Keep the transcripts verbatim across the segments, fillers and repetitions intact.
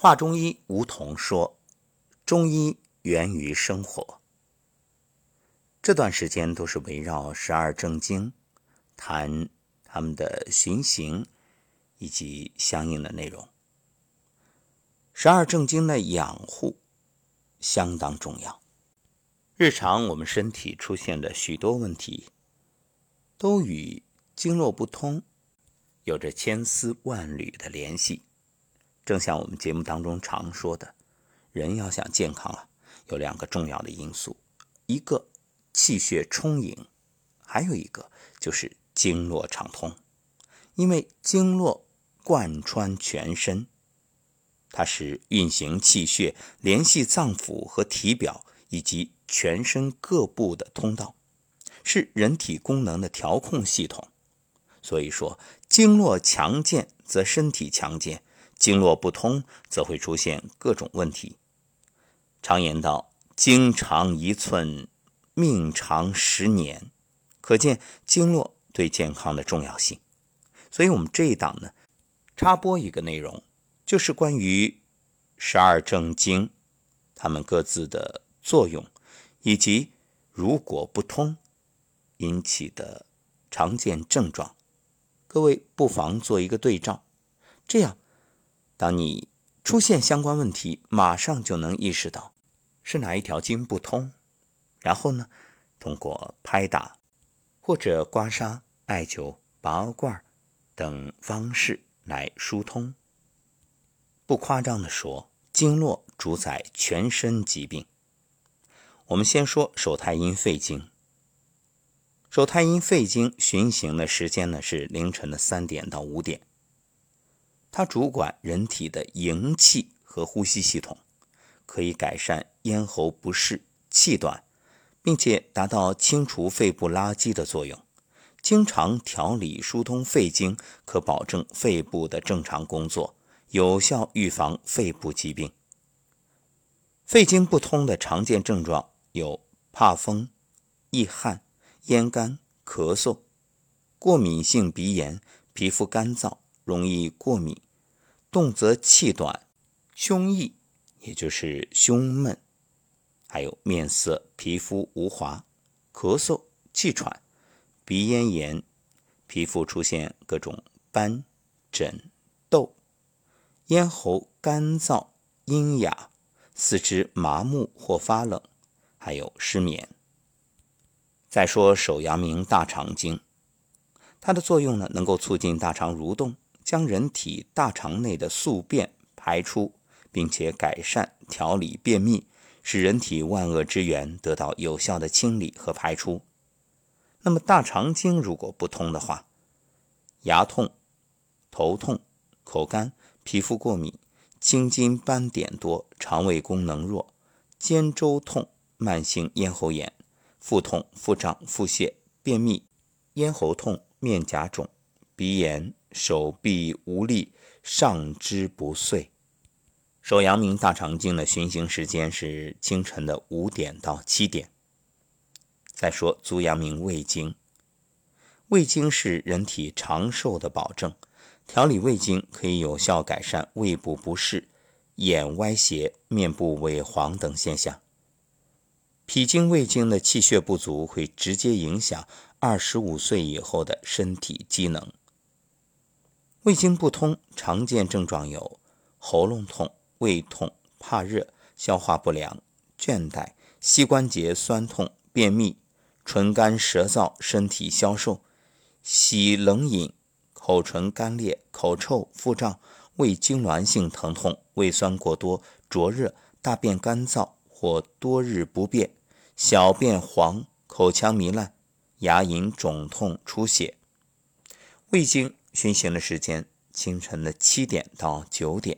华中医吴桐说，中医源于生活。这段时间都是围绕十二正经谈他们的循行以及相应的内容。十二正经的养护相当重要。日常我们身体出现的许多问题都与经络不通有着千丝万缕的联系。正像我们节目当中常说的，人要想健康啊，有两个重要的因素，一个气血充盈，还有一个就是经络畅通。因为经络贯穿全身，它是运行气血、联系脏腑和体表以及全身各部的通道，是人体功能的调控系统。所以说，经络强健则身体强健，经络不通则会出现各种问题。常言道，经长一寸，命长十年，可见经络对健康的重要性。所以我们这一档呢，插播一个内容，就是关于十二正经它们各自的作用，以及如果不通引起的常见症状。各位不妨做一个对照，这样当你出现相关问题，马上就能意识到是哪一条经不通，然后呢，通过拍打或者刮痧、艾灸、拔罐等方式来疏通。不夸张地说，经络主宰全身疾病。我们先说手太阴肺经。手太阴肺经循行的时间呢是凌晨的三点到五点，它主管人体的营气和呼吸系统，可以改善咽喉不适、气短，并且达到清除肺部垃圾的作用。经常调理疏通肺经，可保证肺部的正常工作，有效预防肺部疾病。肺经不通的常见症状有怕风、易汗、咽干、咳嗽、过敏性鼻炎、皮肤干燥，容易过敏，动则气短、胸臆，也就是胸闷，还有面色、皮肤无华、咳嗽、气喘、鼻咽炎，皮肤出现各种斑、疹、痘，咽喉干燥、阴哑，四肢麻木或发冷，还有失眠。再说手阳明大肠经，它的作用呢，能够促进大肠蠕动，将人体大肠内的宿便排出，并且改善调理便秘，使人体万恶之源得到有效的清理和排出。那么大肠经如果不通的话，牙痛、头痛、口干、皮肤过敏、青筋斑点多、肠胃功能弱、肩周痛、慢性咽喉炎、腹痛、腹胀、腹泻、便秘、咽喉痛、面颊肿、鼻炎、手臂无力、上肢不遂。手阳明大肠经的循行时间是清晨的五点到七点。再说足阳明胃经。胃经是人体长寿的保证，调理胃经可以有效改善胃部不适、眼歪斜、面部萎黄等现象。脾经、胃经的气血不足会直接影响二十五岁以后的身体机能。胃经不通常见症状有喉咙痛、胃痛、怕热、消化不良、倦怠、膝关节酸痛、便秘、唇干舌燥、身体消瘦、喜冷饮、口唇干裂、口臭、腹胀、胃痉挛性疼痛、胃酸过多、灼热、大便干燥或多日不便、小便黄、口腔糜烂、牙龈肿痛出血。胃经循行的时间清晨的七点到九点。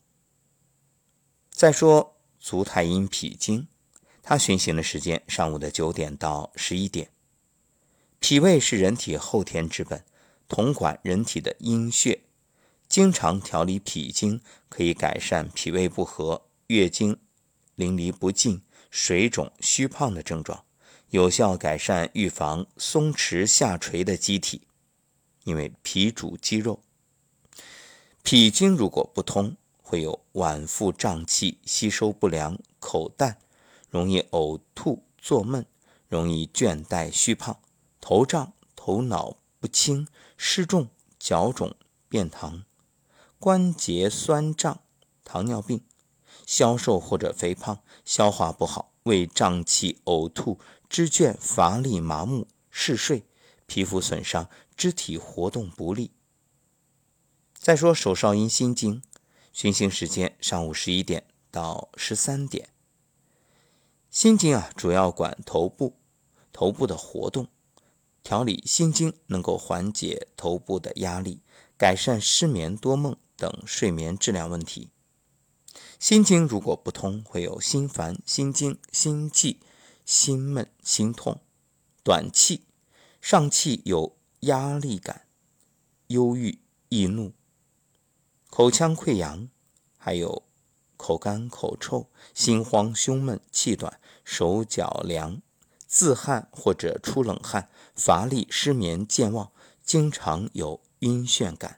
再说足太阴脾经，它循行的时间上午的九点到十一点。脾胃是人体后天之本，统管人体的阴血，经常调理脾经可以改善脾胃不和、月经淋漓不尽、水肿虚胖的症状，有效改善预防松弛下垂的机体。因为脾主肌肉，脾经如果不通， 会有脘腹胀气、吸收不良、口淡，容易呕吐、作闷，容易倦怠虚胖，头胀、头脑不清、湿重、脚肿、便溏，关节酸胀、糖尿病，消瘦或者肥胖，消化不好，胃胀气、呕吐，肢倦、乏力、麻木、嗜睡，皮肤损伤，肢体活动不利。再说手少阴心经，循行时间上午十一点到十三点。心经啊，主要管头部，头部的活动，调理心经能够缓解头部的压力，改善失眠多梦等睡眠质量问题。心经如果不通，会有心烦、心惊、心悸、心闷、心痛、短气，上气有压力感、忧郁、易怒，口腔溃疡，还有口干口臭、心慌胸闷、气短、手脚凉、自汗或者出冷汗、乏力、失眠、健忘，经常有晕眩感。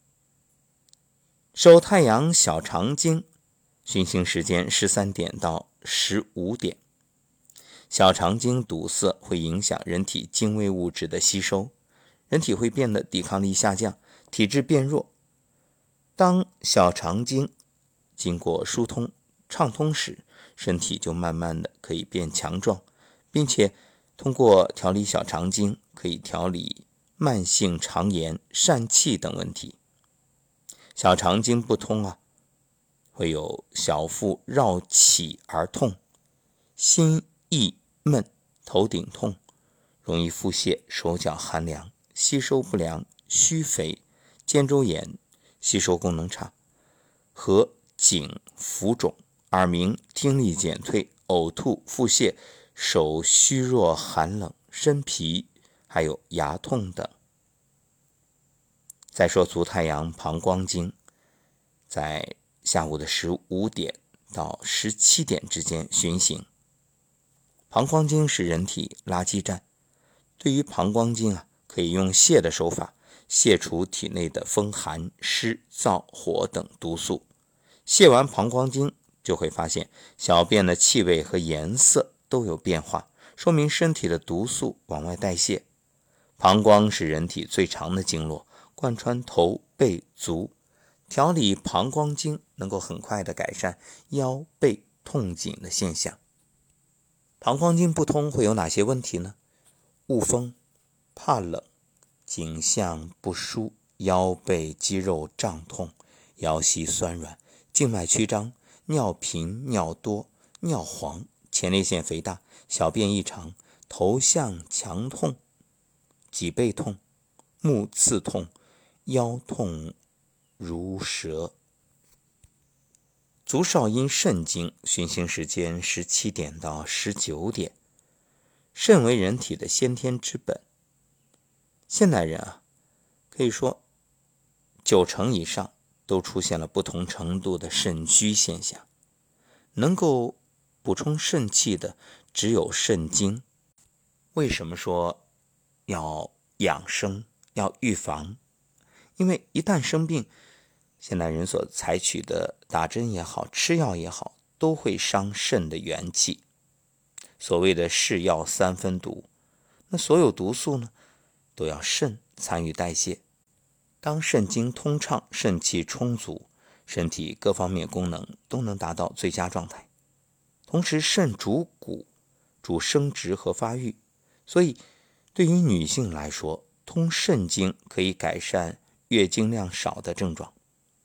手太阳小肠经，循行时间十三点到十五点。小肠经堵塞会影响人体精微物质的吸收，人体会变得抵抗力下降，体质变弱。当小肠经经过疏通畅通时，身体就慢慢的可以变强壮，并且通过调理小肠经可以调理慢性肠炎、疝气等问题。小肠经不通啊，会有小腹绕起而痛，心翳闷、头顶痛，容易腹泻、手脚寒凉、吸收不良、虚肥、肩周炎、吸收功能差，和颈浮肿、耳鸣、听力减退、呕吐、腹泻、手虚弱寒冷、身疲，还有牙痛等。再说足太阳膀胱经，在下午的十五点到十七点之间循行。膀胱经是人体垃圾站，对于膀胱经啊，可以用泻的手法泻除体内的风寒、湿、燥、火等毒素。泻完膀胱经，就会发现小便的气味和颜色都有变化，说明身体的毒素往外代谢。膀胱是人体最长的经络，贯穿头、背、足，调理膀胱经能够很快的改善腰背痛紧的现象。膀胱经不通会有哪些问题呢？恶风、怕冷、颈项不舒、腰背肌肉胀痛、腰膝酸软、静脉曲张、尿频、尿多、尿黄、前列腺肥大、小便异常、头项强痛、脊背痛、目刺痛、腰痛如蛇。足少阴肾经，循行时间十七点到十九点。肾为人体的先天之本，现代人啊，可以说九成以上都出现了不同程度的肾虚现象。能够补充肾气的只有肾经。为什么说要养生、要预防？因为一旦生病，现代人所采取的打针也好，吃药也好，都会伤肾的元气。所谓的是药三分毒，那所有毒素呢，都要肾参与代谢。当肾经通畅，肾气充足，身体各方面功能都能达到最佳状态。同时肾主骨，主生殖和发育，所以对于女性来说，通肾经可以改善月经量少的症状。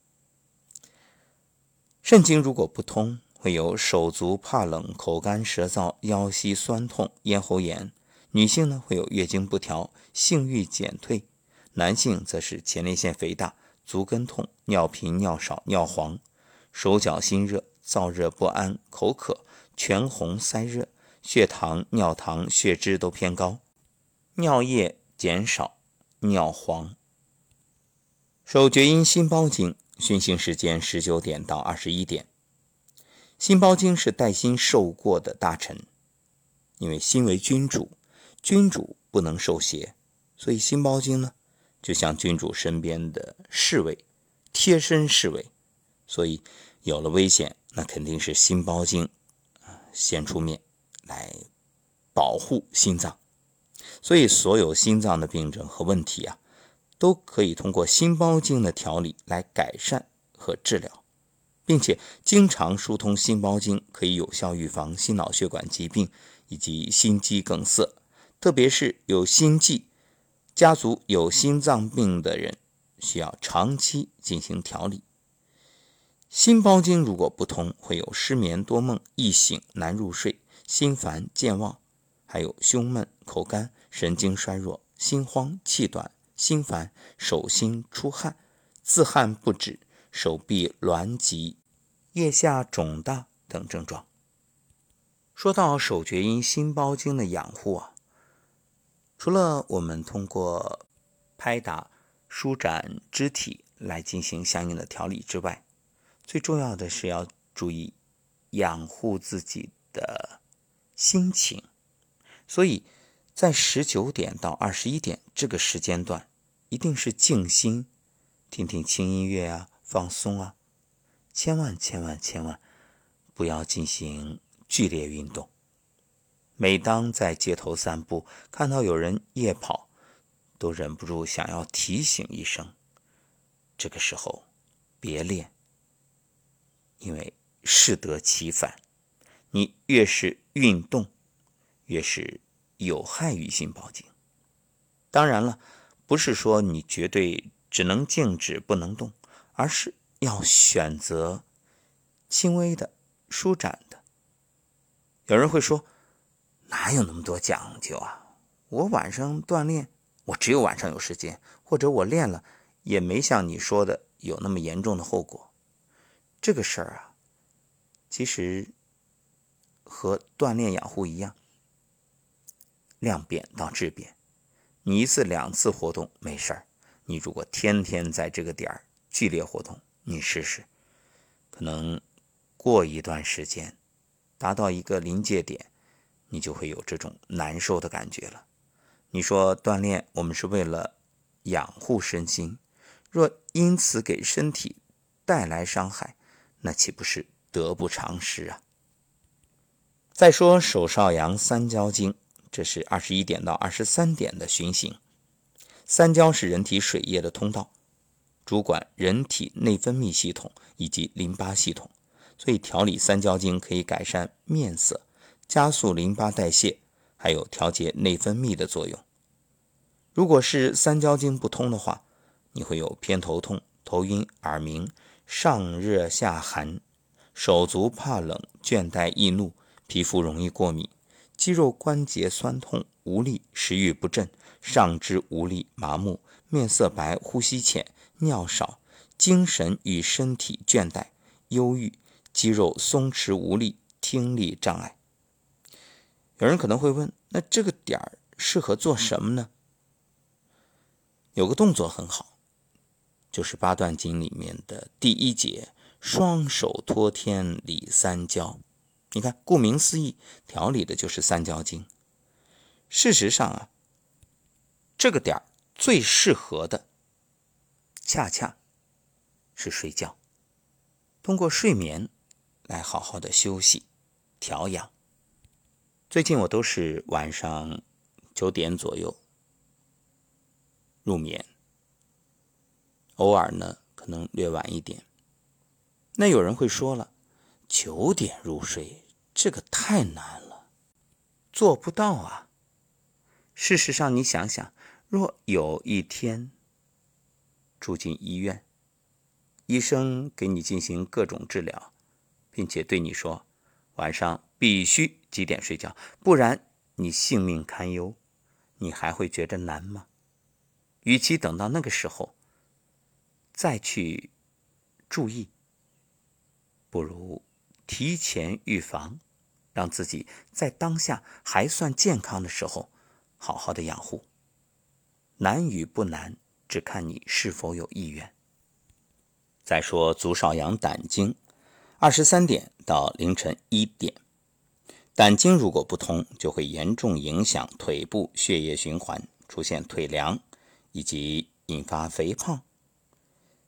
肾经如果不通，会有手足怕冷、口干舌燥、腰膝酸痛、咽喉炎。女性呢，会有月经不调、性欲减退；男性则是前列腺肥大、足跟痛、尿频、尿少、尿黄、手脚心热、燥热不安、口渴、全红塞热、血糖、尿糖、血脂都偏高，尿液减少、尿黄。手厥阴心包经，循行时间十九点到二十一点。心包经是带薪受过的大臣，因为心为君主，君主不能受邪，所以心包经呢，就像君主身边的侍卫，贴身侍卫， 所以有了危险，那肯定是心包经先出面来保护心脏。所以所有心脏的病症和问题啊，都可以通过心包经的调理来改善和治疗，并且经常疏通心包经可以有效预防心脑血管疾病以及心肌梗塞，特别是有心悸、家族有心脏病的人，需要长期进行调理。心包经如果不通，会有失眠多梦、易醒难入睡、心烦健忘，还有胸闷、口干、神经衰弱、心慌气短、心烦、手心出汗、自汗不止、手臂挛急、腋下肿大等症状。说到手厥阴心包经的养护啊，除了我们通过拍打、舒展肢体来进行相应的调理之外，最重要的是要注意养护自己的心情。所以在十九点到二十一点这个时间段，一定是静心，听听轻音乐啊，放松啊，千万千万千万不要进行剧烈运动。每当在街头散步，看到有人夜跑，都忍不住想要提醒一声，这个时候别练，因为适得其反。你越是运动，越是有害于心包经。当然了，不是说你绝对只能静止不能动，而是要选择轻微的、舒展的。有人会说，哪有那么多讲究啊？我晚上锻炼，我只有晚上有时间，或者我练了也没像你说的有那么严重的后果。这个事儿啊，其实和锻炼养护一样，量变到质变。你一次两次活动没事儿，你如果天天在这个点儿剧烈活动，你试试，可能过一段时间达到一个临界点，你就会有这种难受的感觉了。你说锻炼我们是为了养护身心，若因此给身体带来伤害，那岂不是得不偿失啊？再说手少阳三焦经，这是二十一点到二十三点的循行。三焦是人体水液的通道，主管人体内分泌系统以及淋巴系统，所以调理三焦经可以改善面色，加速淋巴代谢，还有调节内分泌的作用。如果是三焦经不通的话，你会有偏头痛、头晕、耳鸣、上热下寒、手足怕冷、倦怠易怒、皮肤容易过敏、肌肉关节酸痛、无力、食欲不振、上肢无力、麻木、面色白、呼吸浅、尿少、精神与身体倦怠、忧郁、肌肉松弛无力、听力障碍。有人可能会问，那这个点儿适合做什么呢？有个动作很好，就是八段锦里面的第一节，双手托天理三焦。你看，顾名思义，调理的就是三焦经。事实上啊，这个点儿最适合的恰恰是睡觉，通过睡眠来好好的休息调养。最近我都是晚上九点左右入眠，偶尔呢可能略晚一点。那有人会说了，九点入睡这个太难了，做不到啊。事实上你想想，若有一天住进医院，医生给你进行各种治疗，并且对你说晚上必须几点睡觉，不然你性命堪忧，你还会觉得难吗？与其等到那个时候再去注意，不如提前预防，让自己在当下还算健康的时候好好的养护。难与不难，只看你是否有意愿。再说足少阳胆经，二十三点到凌晨一点，胆经如果不通，就会严重影响腿部血液循环，出现腿凉以及引发肥胖。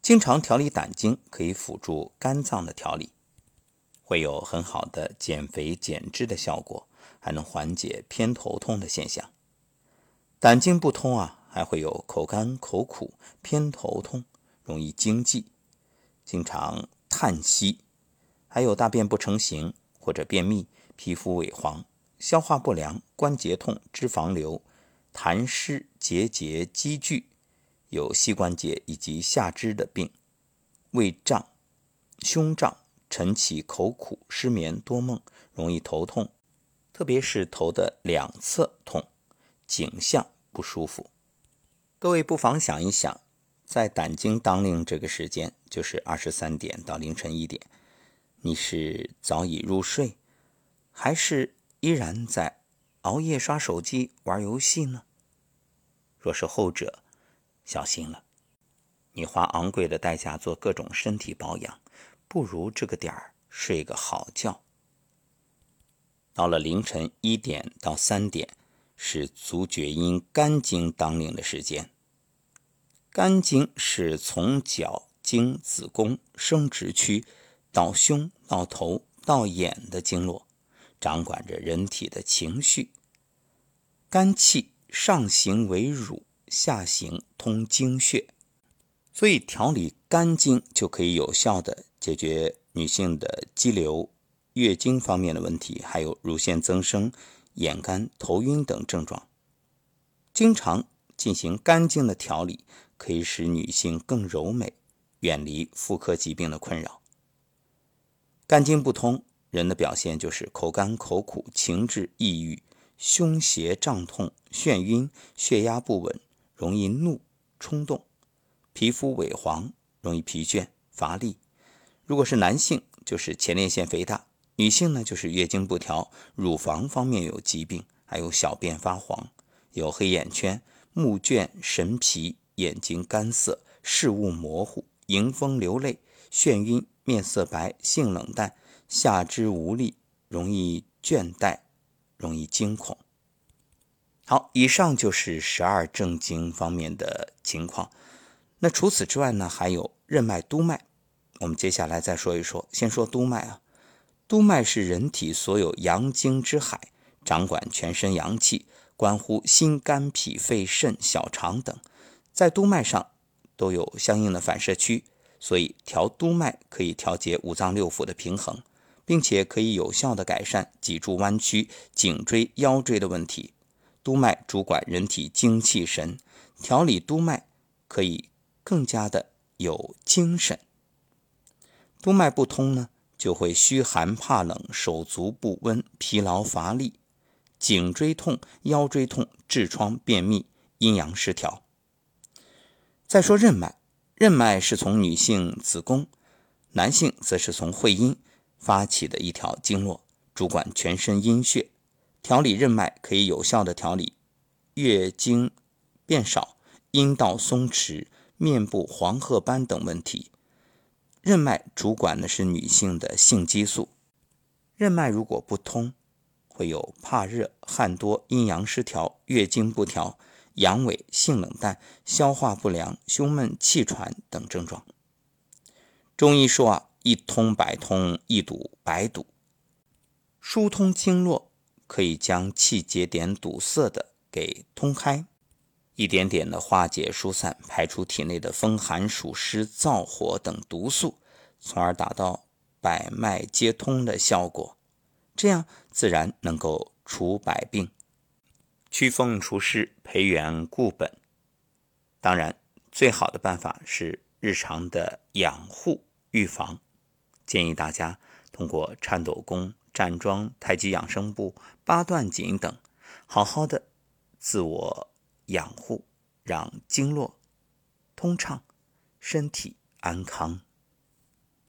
经常调理胆经可以辅助肝脏的调理，会有很好的减肥减脂的效果，还能缓解偏头痛的现象。胆经不通啊，还会有口干口苦、偏头痛，容易惊悸，经常叹息，还有大便不成形或者便秘、皮肤萎黄、消化不良、关节痛、脂肪瘤、痰湿结节积聚，有膝关节以及下肢的病，胃胀、胸胀、晨起口苦、失眠多梦，容易头痛，特别是头的两侧痛，颈项不舒服。各位不妨想一想，在胆经当令这个时间，就是二十三点到凌晨一点，你是早已入睡，还是依然在熬夜刷手机玩游戏呢？若是后者，小心了，你花昂贵的代价做各种身体保养，不如这个点儿睡个好觉。到了凌晨一点到三点，是足厥阴肝经当令的时间。肝经是从脚经子宫生殖区到胸到头到眼的经络，掌管着人体的情绪。肝气上行为乳，下行通经穴，所以调理肝经就可以有效地解决女性的肌瘤、月经方面的问题，还有乳腺增生、眼干、头晕等症状。经常进行肝经的调理，可以使女性更柔美，远离妇科疾病的困扰。肝经不通，人的表现就是口干口苦、情志抑郁、胸胁胀痛、眩晕、血压不稳，容易怒冲动，皮肤萎黄，容易疲倦乏力。如果是男性，就是前列腺肥大；女性呢，就是月经不调，乳房方面有疾病，还有小便发黄，有黑眼圈、目眩神疲、眼睛干涩、视物模糊、迎风流泪、眩晕、面色白、性冷淡、下肢无力，容易倦怠，容易惊恐。好，以上就是十二正经方面的情况。那除此之外呢，还有任脉、督脉。我们接下来再说一说，先说督脉啊。督脉是人体所有阳经之海，掌管全身阳气，关乎心、肝、脾、肺、肾、小肠等，在督脉上都有相应的反射区，所以调督脉可以调节五脏六腑的平衡，并且可以有效地改善脊柱弯曲、颈椎、腰椎的问题。督脉主管人体精气神，调理督脉可以更加的有精神。督脉不通呢，就会虚寒怕冷、手足不温、疲劳乏力、颈椎痛、腰椎痛、痔疮、便秘、阴阳失调。再说任脉，任脉是从女性子宫，男性则是从会阴发起的一条经络，主管全身阴血。调理任脉可以有效地调理月经变少、阴道松弛、面部黄褐斑等问题。任脉主管的是女性的性激素，任脉如果不通，会有怕热、汗多、阴阳失调、月经不调、阳痿、性冷淡、消化不良、胸闷、气喘等症状。中医说啊，一通百通，一堵百堵。疏通经络可以将气节点堵塞的给通开，一点点的化解疏散，排出体内的风寒暑湿燥火等毒素，从而达到百脉皆通的效果，这样自然能够除百病，祛风除湿，培元固本。当然，最好的办法是日常的养护预防，建议大家通过颤抖功、站桩、太极养生步、八段锦等，好好的自我养护，让经络通畅，身体安康。